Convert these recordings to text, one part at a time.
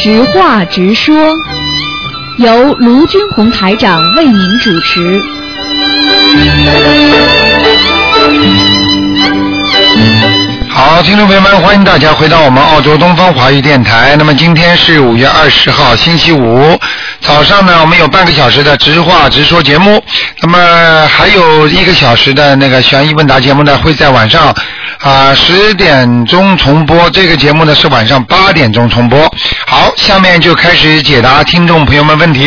直话直说，由卢军红台长为您主持。 好，听众朋友们，欢迎大家回到我们澳洲东方华语电台。那么今天是5月20号，星期五早上呢，我们有半个小时的直话直说节目。那么还有1个小时的那个悬疑问答节目呢，会在晚上10点钟重播。这个节目呢是晚上8点钟重播。好，下面就开始解答听众朋友们问题。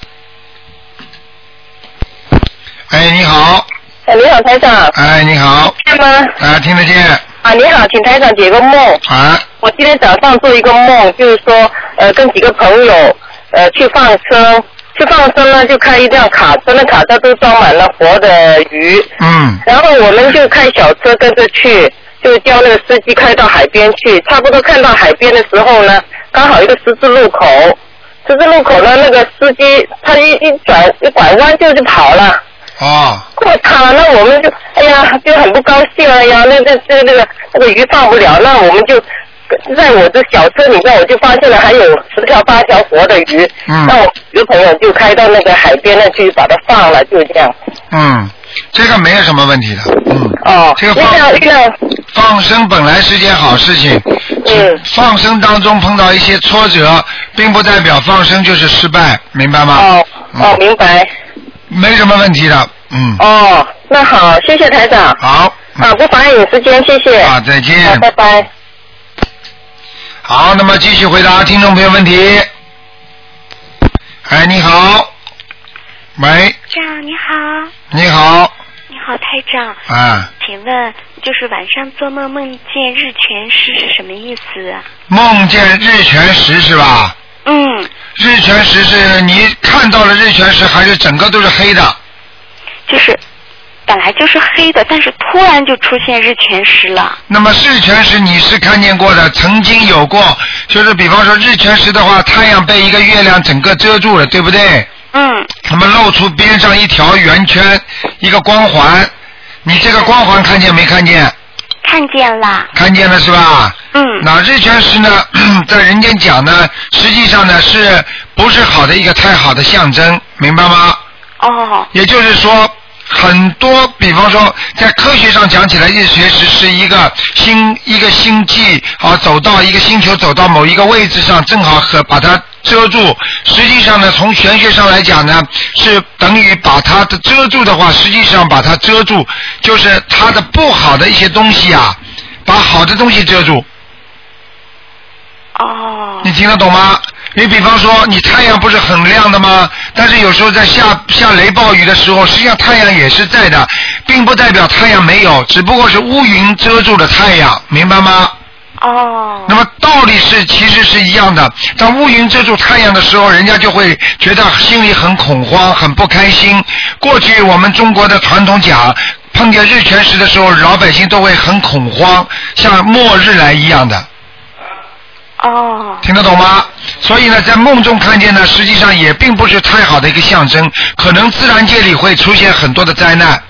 哎，你好。 哎，你好，台长。 哎，你好。 听吗？ 听得见。 你好，请台长解个梦。我今天早上做一个梦，就是说，跟几个朋友，去放生。去放生呢，就开一辆卡车，那卡车都装满了活的鱼。然后我们就开小车跟着去，就叫那个司机开到海边去。差不多看到海边的时候呢，刚好一个十字路口。十字路口呢，那个司机他一拐弯就跑了。过他，那我们就就很不高兴了呀。那个鱼放不了，那我们就在我的小车里面，我就发现了还有10条8条活的鱼。那我一个朋友就开到那个海边那去把它放了，就这样。 这个没有什么问题的。这个放生本来是件好事情。放生当中碰到一些挫折，并不代表放生就是失败，明白吗？ 明白。 没什么问题的。 那好，谢谢台长。 好。 不妨碍你时间，谢谢。 再见。 拜拜。 好，那么继续回答听众朋友问题。哎，你好。喂。 长，你好。 你好。 你好，台长。请问，就是晚上做梦梦见日全食是什么意思？ 梦见日全食是吧？日全食是你看到了日全食，还是整个都是黑的？ 就是本来就是黑的，但是突然就出现日全食了。那么日全食你是看见过的，曾经有过，就是比方说日全食的话，太阳被一个月亮整个遮住了，对不对？那么露出边上一条圆圈，一个光环，你这个光环看见没看见？ 看见了。 看见了是吧？那日全食呢，在人间讲呢，实际上呢是不是好的一个太好的象征，明白吗？也就是说，很多比方说在科学上讲起来，日全食是一个星际走到一个星球，走到某一个位置上，正好把它遮住。实际上呢，从玄学上来讲呢，是等于把它的遮住的话，实际上把它遮住，就是它的不好的一些东西把好的东西遮住。你听得懂吗？你比方说，你太阳不是很亮的吗？但是有时候在下雷暴雨的时候，实际上太阳也是在的，并不代表太阳没有，只不过是乌云遮住了太阳，明白吗？那么道理其实是一样的。当乌云遮住太阳的时候，人家就会觉得心里很恐慌，很不开心。过去我们中国的传统讲，碰见日全食的时候，老百姓都会很恐慌，像末日来一样的。听得懂吗？所以呢，在梦中看见呢，实际上也并不是太好的一个象征，可能自然界里会出现很多的灾难。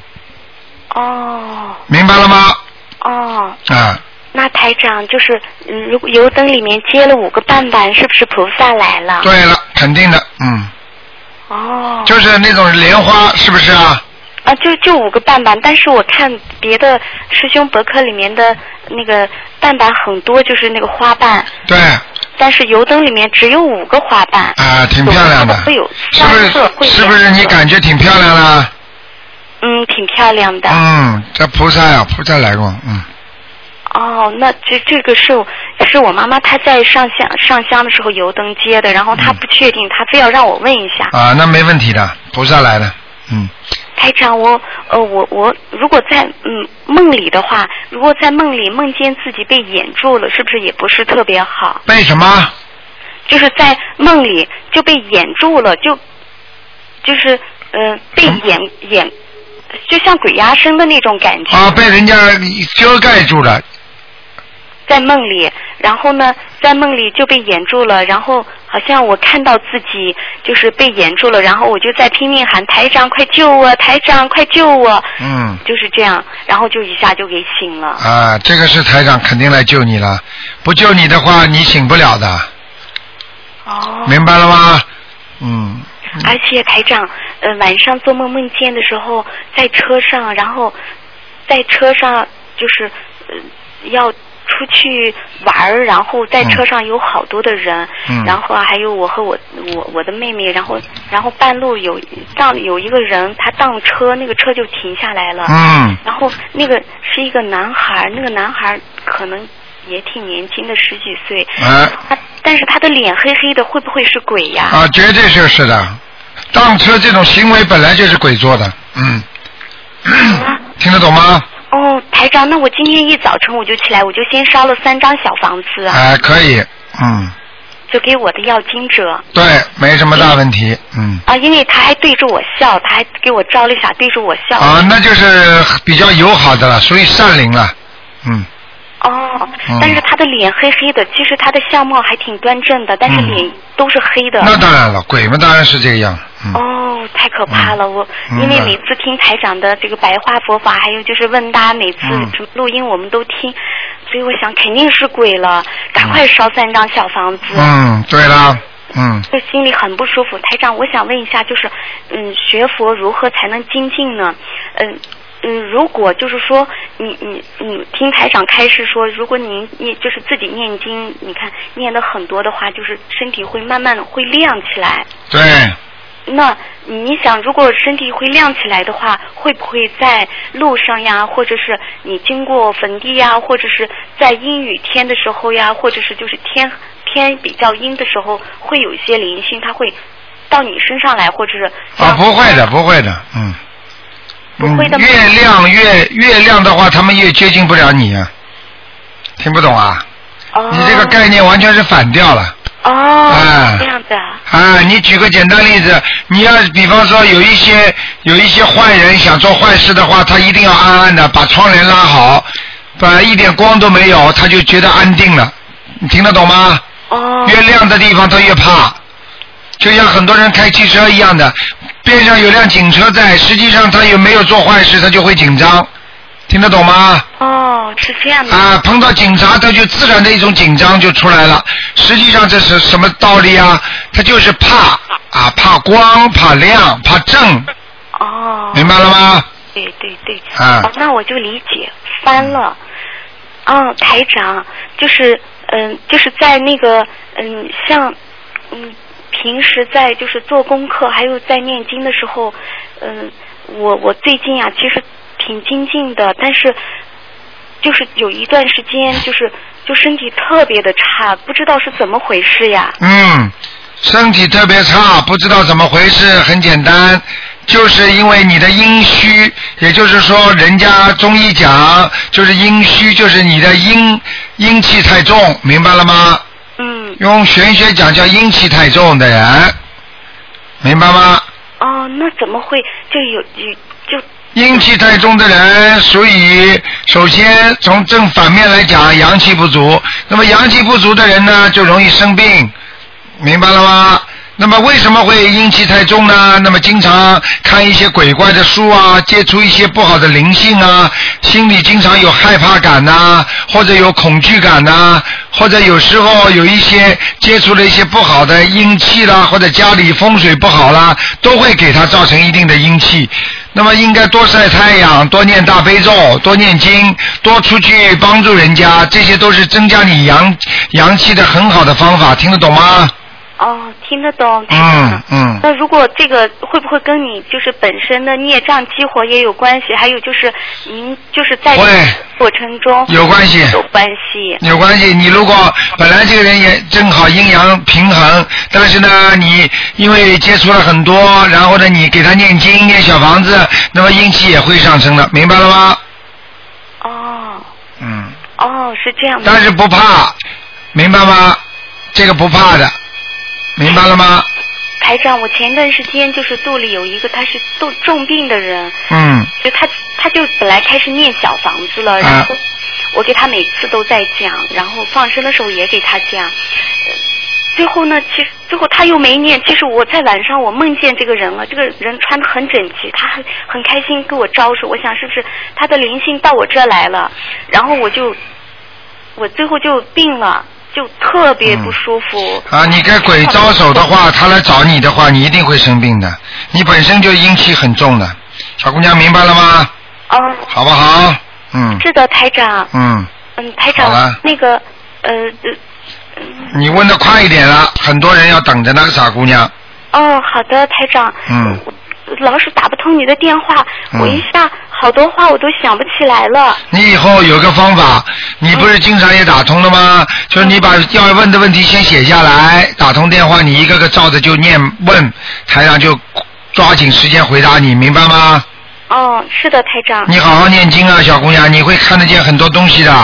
明白了吗？ 那台长就是，如果油灯里面接了5个瓣瓣，是不是菩萨来了？ 对了，肯定的。就是那种莲花，是不是啊？ 就5个瓣瓣，但是我看别的师兄博客里面的那个瓣瓣很多，就是那个花瓣。对。但是油灯里面只有5个花瓣。 挺漂亮的。 会有3色， 是不是你感觉挺漂亮的？ 挺漂亮的。 这菩萨呀，菩萨来过。 那这个是我妈妈她在上香的时候油灯接的，然后她不确定，她非要让我问一下。 那没问题的，菩萨来的。 台长，我如果在梦里的话，如果在梦里梦见自己被掩住了，是不是也不是特别好？ 被什么？ 就是在梦里就被掩住了，就是被掩，就像鬼压身的那种感觉。 被人家遮盖住了。 在梦里，然后呢，在梦里就被掩住了，然后好像我看到自己就是被掩住了，然后我就在拼命喊台长快救我，台长快救我，就是这样，然后就一下就给醒了。 这个是台长肯定来救你了，不救你的话你醒不了的。 哦。 明白了吗？ 而且台长，晚上做梦梦见的时候，在车上，然后在车上就是要出去玩儿，然后在车上有好多的人，然后还有我和我的妹妹，然后半路有一个人他当车，那个车就停下来了，然后那个是一个男孩，那个男孩可能也挺年轻的10几岁，但是他的脸黑黑的，会不会是鬼呀？ 啊，绝对就是的，当车这种行为本来就是鬼做的，听得懂吗？ 哦，台长，那我今天一早晨我就起来，我就先烧了3张小房子啊。 可以， 就给我的要经者。 对，没什么大问题， 因为他还对着我笑，他还给我招了一下，对着我笑。 那就是比较友好的了，属于善灵了， 但是他的脸黑黑的，其实他的相貌还挺端正的，但是脸都是黑的。 那当然了，鬼嘛当然是这个样。 太可怕了！因为每次听台长的这个白话佛法，还有就是问答，每次什么录音我们都听，所以我想肯定是鬼了，赶快烧3张小房子。 对了， 这心里很不舒服。台长，我想问一下，就是学佛如何才能精进呢？如果就是说你听台长开示说，如果你就是自己念经，你看念的很多的话，就是身体会慢慢会亮起来。 对。 那你想，如果身体会亮起来的话，会不会在路上呀，或者是你经过坟地呀，或者是在阴雨天的时候呀，或者是就是天比较阴的时候，会有一些灵性，它会到你身上来，或者是不会的，不会的， 不会的吗？ 越亮的话，他们越接近不了你啊，听不懂啊？你这个概念完全是反掉了。 这样的。 你举个简单例子，你要比方说有一些坏人想做坏事的话，他一定要暗暗的把窗帘拉好，把一点光都没有，他就觉得安定了。你听得懂吗？越亮的地方他越怕，就像很多人开汽车一样的，边上有辆警车在，实际上他也没有做坏事，他就会紧张。听得懂吗？ 是这样的。 碰到警察他就自然的一种紧张就出来了。实际上这是什么道理啊？他就是怕光、怕亮、怕正。明白了吗？ 对。那我就理解翻了。台长，就是在那个像平时在就是做功课还有在念经的时候，我最近啊其实挺精进的，但是就是有一段时间就身体特别的差，不知道是怎么回事呀。 身体特别差，不知道怎么回事，很简单，就是因为你的阴虚，也就是说人家中医讲就是阴虚，就是你的阴气太重，明白了吗？用玄学讲叫阴气太重的人，明白吗？ 那怎么会就阴气太重的人属于首先从正反面来讲阳气不足，那么阳气不足的人呢就容易生病，明白了吗？那么为什么会阴气太重呢？那么经常看一些鬼怪的书啊，接触一些不好的灵性啊，心里经常有害怕感啊，或者有恐惧感啊，或者有时候有一些接触了一些不好的阴气啦，或者家里风水不好啦，都会给他造成一定的阴气。那么应该多晒太阳，多念大悲咒，多念经，多出去帮助人家，这些都是增加你阳气的很好的方法，听得懂吗？ 听得懂。那如果这个会不会跟你就是本身的孽障激活也有关系？还有就是您就是在这个过程中有关系。有关系。你如果本来这个人也正好阴阳平衡，但是呢你因为接触了很多，然后呢你给他念经念小房子，那么阴气也会上升的，明白了吗？ 是这样的。 但是不怕，明白吗？这个不怕的。明白了吗？ 台长，我前段时间就是肚里有一个他是重病的人，就他就本来开始念小房子了，然后我给他每次都在讲，然后放生的时候也给他讲，最后呢，其实最后他又没念。其实我在晚上我梦见这个人了，这个人穿得很整齐，他很开心跟我招手，我想是不是他的灵性到我这来了，然后我最后就病了。 就特别不舒服。 你跟鬼招手的话，他来找你的话，你一定会生病的。你本身就阴气很重的，小姑娘明白了吗？好不好？ 是的，台长。台长，那个你问的快一点了，很多人要等着呢，傻姑娘。 好的，台长。老是打不通你的电话，我一下好多话我都想不起来了。 你以后有个方法，你不是经常也打通了吗？就是你把要问的问题先写下来，打通电话你一个个照着就念问，台长就抓紧时间回答你，明白吗？ 是的，台长。 你好好念经啊，小姑娘，你会看得见很多东西的。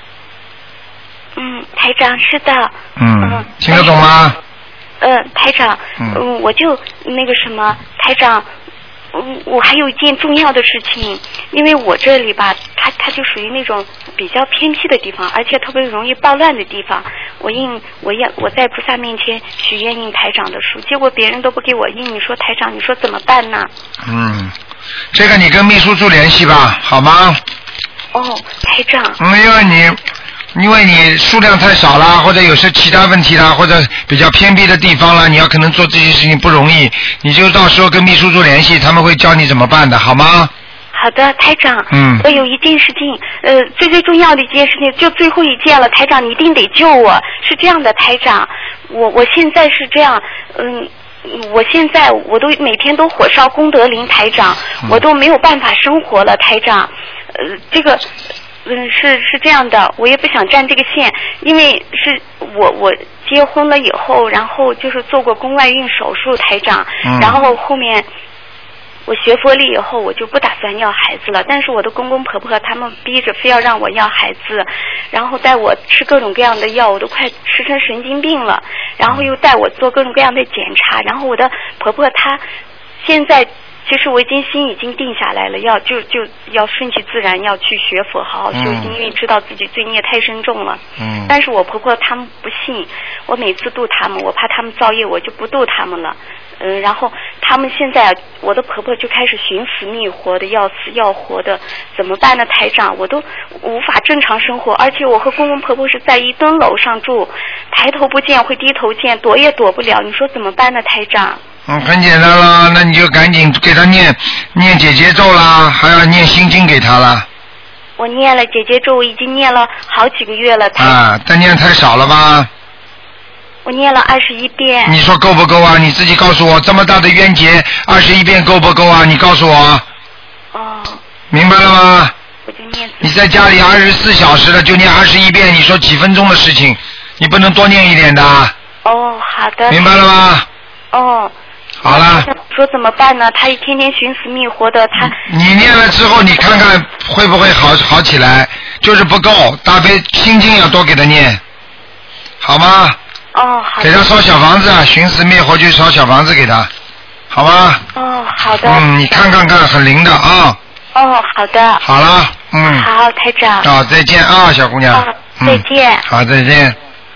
台长，是的。 听得懂吗？ 台长，我就那个什么，台长，我还有一件重要的事情，因为我这里吧，它就属于那种比较偏僻的地方，而且特别容易暴乱的地方。我在菩萨面前许愿印台长的书，结果别人都不给我印，你说台长，你说怎么办呢？ 这个你跟秘书处联系吧，好吗？ 台长。 因为你数量太少啦，或者有些其他问题啦，或者比较偏僻的地方啦，你要可能做这些事情不容易，你就到时候跟秘书处联系，他们会教你怎么办的，好吗？ 好的，台长。我有一件事情，最重要的一件事情，就最后一件了，台长，你一定得救我。是这样的，台长，我现在是这样，我现在我都每天都火烧功德林，台长，我都没有办法生活了，台长，这个。是这样的，我也不想占这个线，因为是我结婚了以后，然后就是做过宫外孕手术，台长，然后后面我学佛了以后，我就不打算要孩子了，但是我的公公婆婆他们逼着非要让我要孩子，然后带我吃各种各样的药，我都快吃成神经病了，然后又带我做各种各样的检查，然后我的婆婆她现在。其实我心已经定下来了，就要顺其自然，要去学佛，好好修行，因为知道自己罪孽太深重了。但是我婆婆他们不信，我每次度他们，我怕他们造业，我就不度他们了。然后他们现在我的婆婆就开始寻死觅活的，要死要活的，怎么办呢？台长，我都无法正常生活，而且我和公公婆婆是在一栋楼上住，抬头不见会低头见，躲也躲不了，你说怎么办呢？台长。 很简单啦，那你就赶紧给他念姐姐咒啦，还要念心经给他啦。 我念了姐姐咒，我已经念了好几个月了。 但念太少了吧？ 我念了21遍。 你说够不够啊？你自己告诉我，这么大的冤结，21遍够不够啊？你告诉我。明白了吗？ 我就念。 你在家里24小时了，就念21遍，你说几分钟的事情，你不能多念一点的。 好的。 明白了吗？好了。 说怎么办呢？他一天天寻死觅活的，他。 你念了之后，你看看会不会好起来？就是不够，大悲心经要多给他念，好吗？ 好的。 给他烧小房子，寻死灭活就烧小房子给他，好吗？ 好的。 你看看很灵的啊。 好的。 好了， 好，台长。 再见啊，小姑娘。 再见。 好，再见。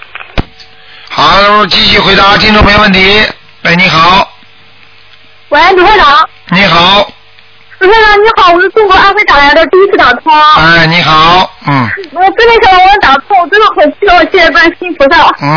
好，继续回答听众朋友问题。喂，你好。 喂，李会长。 你好。 李会长，你好，我是中国安徽打来的，第一次打通。 你好， 我真没想到我能打通，我真的很激动，谢谢观世音菩萨。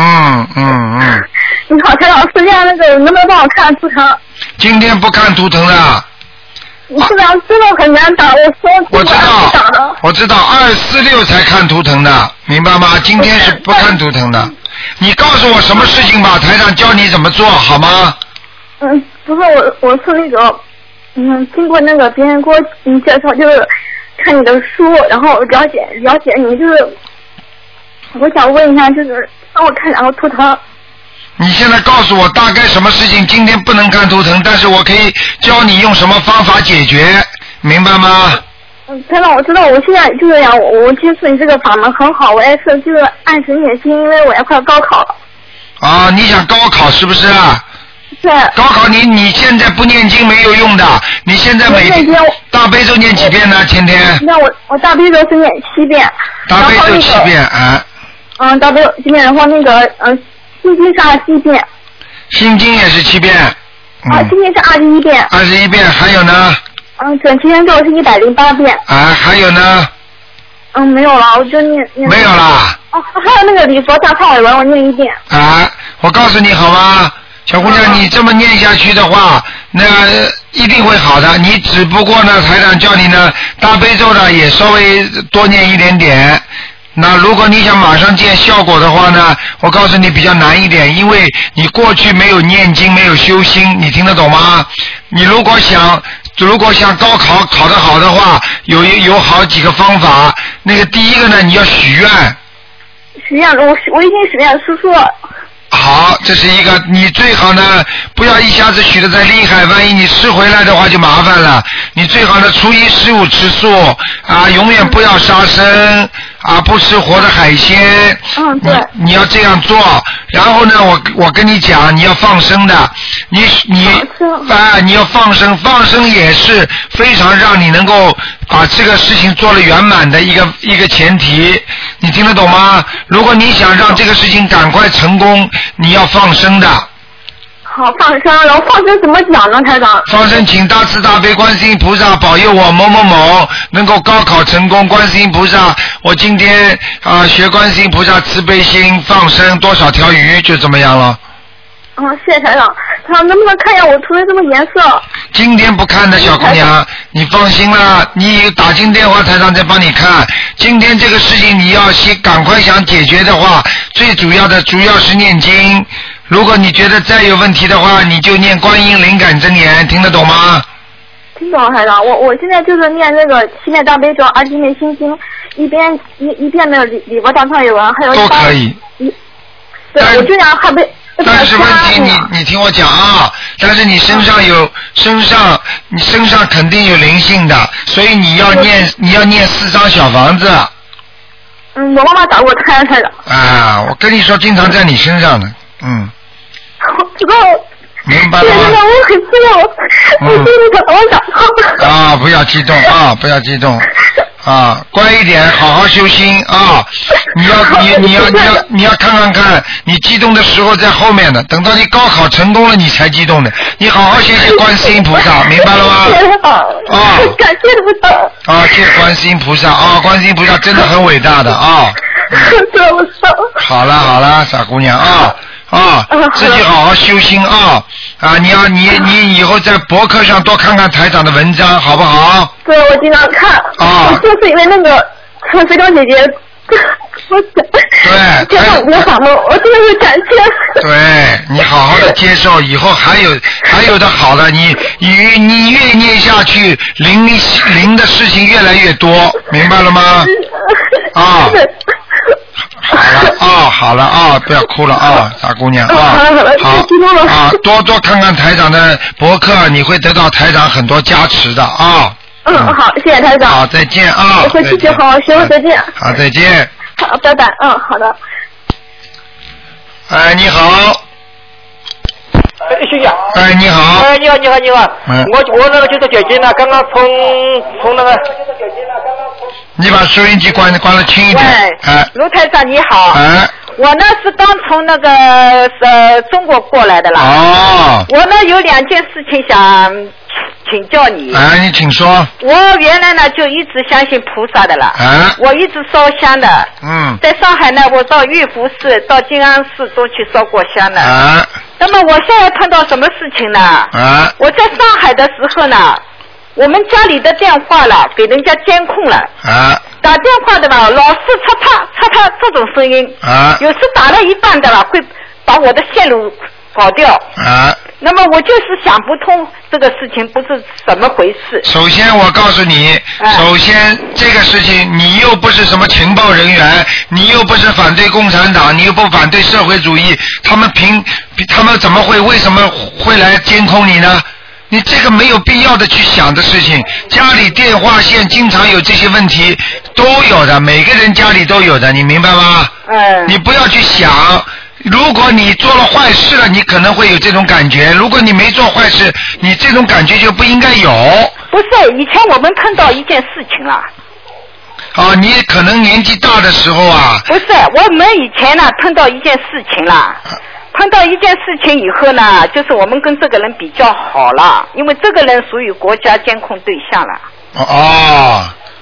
你好，台长，实际上那个能不能帮我看图腾？ 今天不看图腾的。 是的，真的很难打， 我知道246才看图腾的，明白吗？今天是不看图腾的。你告诉我什么事情吧，台长教你怎么做好吗？ 不是我是那个经过那个别人给我介绍，就是看你的书，然后了解你，就是我想问一下，就是帮我看2个图腾。 你现在告诉我大概什么事情今天不能看图腾，但是我可以教你用什么方法解决，明白吗？ 台长，我知道，我现在就是呀，我接触你这个法门很好，我也是就是按时念经，因为我也快高考了。 你想高考是不是啊？ 对。 高考你现在不念经没有用的，你现在每天大悲咒念几遍呢？天天？ 那我大悲咒是念7遍。 大悲咒7遍大悲咒7遍，然后那个心经是21遍。 心经也是7遍。 心经是21遍。 21遍，还有呢？ 准提神咒是108遍。 还有呢？ 没有了，我就念。 没有啦。 哦，还有那个礼佛大忏悔文，我念1遍。 啊，我告诉你好吗？小姑娘，你这么念下去的话，那一定会好的。你只不过呢，台长叫你呢，大悲咒呢也稍微多念一点点。那如果你想马上见效果的话呢，我告诉你比较难一点，因为你过去没有念经，没有修心，你听得懂吗？你如果想高考考得好的话，有好几个方法。那个第一个呢，你要许愿。 许愿，我已经许愿叔叔。 好，这是一个，你最好呢不要一下子许得太厉害，万一你吃回来的话就麻烦了。你最好呢初一十五吃素啊，永远不要杀生啊，不吃活的海鲜。 嗯，对。 你要这样做，然后呢，我跟你讲，你要放生的，你要放生，放生也是非常让你能够把这个事情做了圆满的一个前提，你听得懂吗？如果你想让这个事情赶快成功，你要放生的。 好，放生，然后放生怎么讲呢，台长？ 放生，请大慈大悲观世音菩萨保佑我某某某能够高考成功。观世音菩萨，我今天学观世音菩萨慈悲心，放生多少条鱼，就这么样了。 谢谢台长。台长能不能看一下我涂的什么颜色？ 今天不看的小姑娘，你放心啦，你打进电话，台长再帮你看。今天这个事情你要赶快想解决的话，最主要是念经。如果你觉得再有问题的话，你就念观音灵感真言，听得懂吗？ 听懂了，台长。我现在就是念那个7遍大悲咒，20遍心经，一遍那个礼佛大忏悔文，还有都可以。 对，我这样还没。 但是问题你听我讲啊，但是你身上肯定有灵性的，所以你要念4张小房子。 我妈妈打过胎的。 啊，我跟你说，经常在你身上的。 我知道。 明白了吗？ 我很激动，我想啊，不要激动啊，不要激动啊，乖一点，好好修心啊！你要看看，你激动的时候在后面的，等到你高考成功了，你才激动的。你好好谢谢观世音菩萨，明白了吗？啊， 感谢菩萨。 啊，谢观世音菩萨啊，观世音菩萨真的很伟大的啊。好了，傻姑娘啊。自己好好修心啊！你以后在博客上多看看台长的文章，好不好？ 对，我经常看。就是因为那个肥皂姐姐， 对， 接受我的法门，我真的是感谢。 对，你好好的接受，以后还有的好了，你越念下去，灵的事情越来越多，明白了吗？好了不要哭了啊，傻姑娘啊，好多看看台长的博客，你会得到台长很多加持的啊。 好，谢谢台长。 好，再见啊。 我会继续好好学，再见。 好，再见。 好，拜拜。好的。 哎，你好。 徐姐。 哎，你好。 哎，你好。我那个就是姐姐呢，刚刚从那个。 你把收音机关了轻一点。 喂，卢台长你好。我呢是刚从那个中国过来的啦。我呢有2件事情想请教你。 你请说。 我原来呢就一直相信菩萨的了。我一直烧香的。在上海呢，我到玉湖寺、到静安寺都去烧过香的。那么我现在碰到什么事情呢？我在上海的时候呢。我们家里的电话了，给人家监控了。打电话的吧，老是嚓这种声音。有时打了一半的了，会把我的线路搞掉。那么我就是想不通这个事情不是怎么回事。 首先我告诉你，首先这个事情你又不是什么情报人员，你又不是反对共产党，你又不反对社会主义，他们为什么会来监控你呢？你这个没有必要的去想的事情，家里电话线经常有这些问题，都有的，每个人家里都有的，你明白吗？你不要去想，如果你做了坏事了，你可能会有这种感觉；如果你没做坏事，你这种感觉就不应该有。 不是，以前我们碰到一件事情了。 你可能年纪大的时候啊。 不是，我们以前呢碰到一件事情了。碰到一件事情以后呢，就是我们跟这个人比较好了，因为这个人属于国家监控对象了。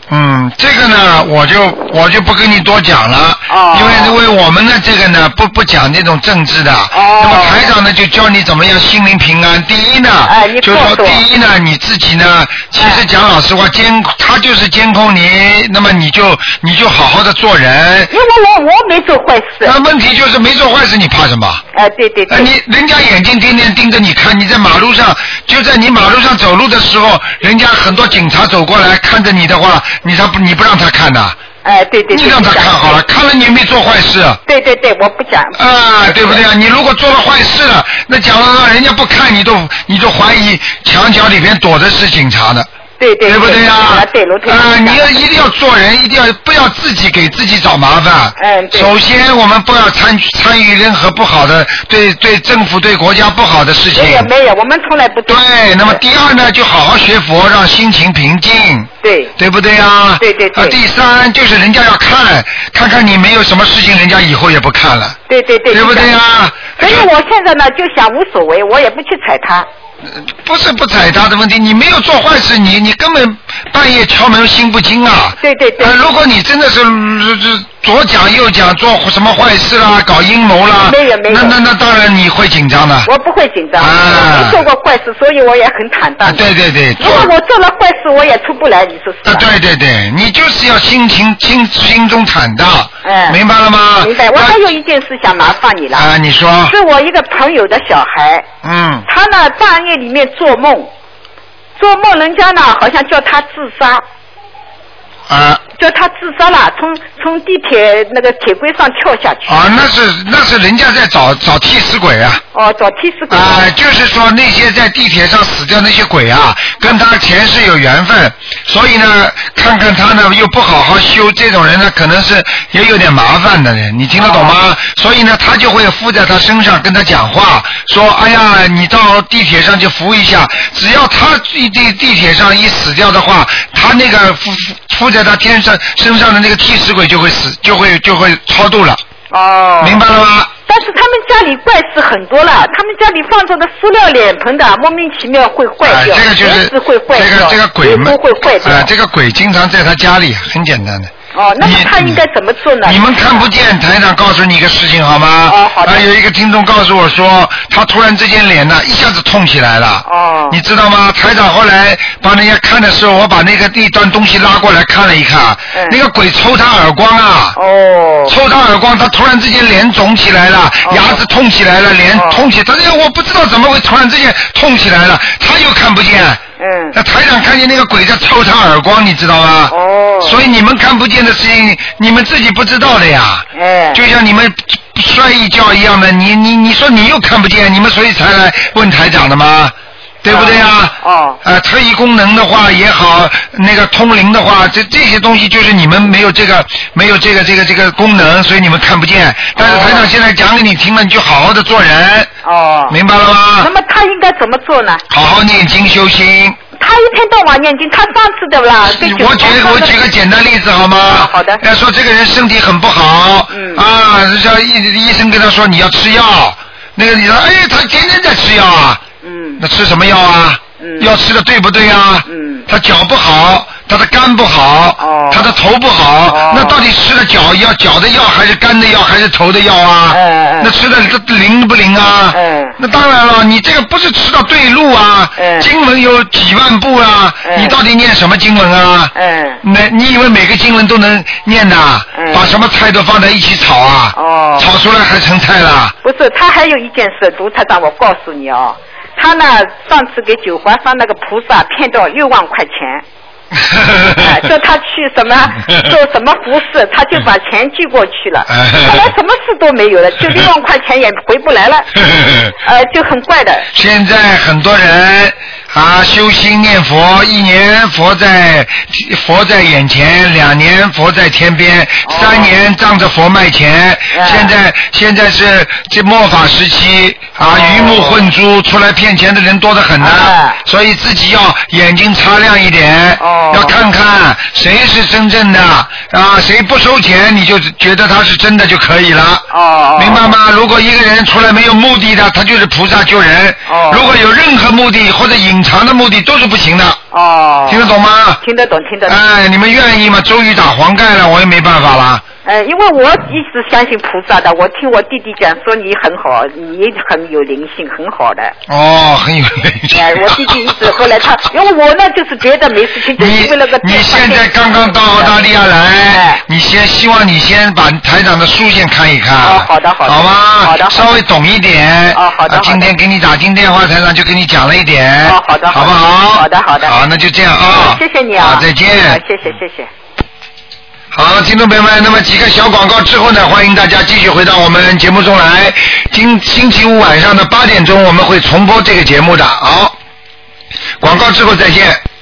这个呢，我就不跟你多讲了，因为我们呢这个呢不讲这种政治的，那么台长呢就教你怎么样心灵平安。第一呢，就是说第一呢你自己呢，其实讲老实话，他就是监控你，那么你就好好的做人。 因为我没做坏事。 那问题就是没做坏事，你怕什么？ 对。 人家眼睛天天盯着你看，你在马路上，就在你马路上走路的时候，人家很多警察走过来看着你的话，你不让他看呐？ 对。 你让他看好了，看了你没做坏事。 对，我不讲。 对不对啊？你如果做了坏事了，那讲了人家不看你都怀疑墙角里边躲的是警察的。对不对呀？你一定要做人，一定要不要自己给自己找麻烦。首先我们不要参与任何不好的，对政府对国家不好的事情。 没有，我们从来不做。 对，那么第二呢，就好好学佛，让心情平静。对不对呀？ 对。 第三就是人家要看看你没有什么事情，人家以后也不看了。对不对呀？ 所以我现在呢就想无所谓，我也不去踩他。 不是不踩他的问题，你没有做坏事，你根本半夜敲门心不惊啊。 对。 如果你真的是左讲右讲，做什么坏事啦，搞阴谋啦， 没有。 那当然你会紧张的。 我不会紧张，我没做过坏事，所以我也很坦荡。 对。 如果我做了坏事，我也出不来，你说是吧？ 对，你就是要心中坦荡。明白了吗？ 明白。我还有一件事想麻烦你了。 你说。 是我一个朋友的小孩。他呢半夜里面做梦，人家呢好像叫他自杀。叫他自杀了，从地铁那个铁轨上跳下去。 那是人家在找替死鬼啊。 找替死鬼。 就是说那些在地铁上死掉那些鬼啊，跟他前世有缘分，所以呢，看看他呢又不好好修，这种人呢可能是也有点麻烦的人，你听得懂吗？所以呢，他就会附在他身上跟他讲话，说哎呀，你到地铁上就扶一下，只要他地铁上一死掉的话，他那个附在他身上的那个替死鬼就会死，就会超度了。明白了吗？ 但是他们家里怪事很多了，他们家里放着的塑料脸盆的莫名其妙会坏掉， 这个就是会坏掉， 这个鬼们会坏掉。 这个鬼经常在他家里，很简单的。 那么他应该怎么做呢？ 你们看不见，台长告诉你一个事情好吗？ 好的。 有一个听众告诉我说，他突然之间脸呢一下子痛起来了。你知道吗？台长后来帮人家看的时候，我把那个一段东西拉过来看了一看，那个鬼抽他耳光啊。抽他耳光，他突然之间脸肿起来了，牙齿痛起来了，脸痛起来，他说我不知道怎么会突然之间痛起来了，他又看不见。那台长看见那个鬼在抽他耳光，你知道吗？所以你们看不见的事情，你们自己不知道的呀。就像你们摔一跤一样的，你说你又看不见，你们所以才来问台长的吗？对不对呀？特异功能的话也好，那个通灵的话，这些东西就是你们没有这个功能，所以你们看不见。但是台长现在讲给你听了，你就好好的做人。明白了吗？ 那么他应该怎么做呢？ 好好念经修心。 他一天到晚念经，他上次的啦。 我举个简单例子好吗？ 好的。 说这个人身体很不好，叫医生跟他说你要吃药，那个你说他天天在吃药啊。那吃什么药啊？药吃的对不对啊？他脚不好，他的肝不好，他的头不好，那到底吃的脚的药还是肝的药还是头的药啊？那吃的灵不灵啊？那当然了，你这个不是吃到对路啊。经文有几万部啊，你到底念什么经文啊？那你以为每个经文都能念的？把什么菜都放在一起炒啊？炒出来还成菜了？ 不是，他还有一件事，卢台长，我告诉你哦。他呢，上次给九华山那个菩萨骗到6万块钱，叫他去什么做什么服饰，他就把钱寄过去了，后来什么事都没有了，就6万块钱也回不来了，就很怪的。 现在很多人修心念佛，1年佛在眼前，2年佛在天边，3年仗着佛卖钱。现在是这末法时期鱼目混珠，出来骗钱的人多得很呢。所以自己要眼睛擦亮一点，要看看谁是真正的谁不收钱你就觉得他是真的就可以了。明白吗？如果一个人出来没有目的的，他就是菩萨救人。如果有任何目的或者隐藏的目的都是不行的。 哦。听得懂吗？ 听得懂。 哎，你们愿意吗？周瑜打黄盖了，我也没办法啦。 因为我一直相信菩萨的，我听我弟弟讲说你很好，你很有灵性，很好的。 哦，很有灵性。 我弟弟一直后来他，因为我呢就是别的没事情，就是为了个。 你现在刚刚到澳大利亚来，你希望你先把台长的书先看一看。 哦，好的。 好吗？ 好的。 稍微懂一点。 哦，好的。 今天给你打进电话，台长就给你讲了一点。 哦，好的。 好不好？ 好的。 好，那就这样啊。 谢谢你啊。 好，再见。 谢谢。 好，听众朋友们，那么几个小广告之后呢，欢迎大家继续回到我们节目中来。星期五晚上的8点钟，我们会重播这个节目的。好，广告之后再见。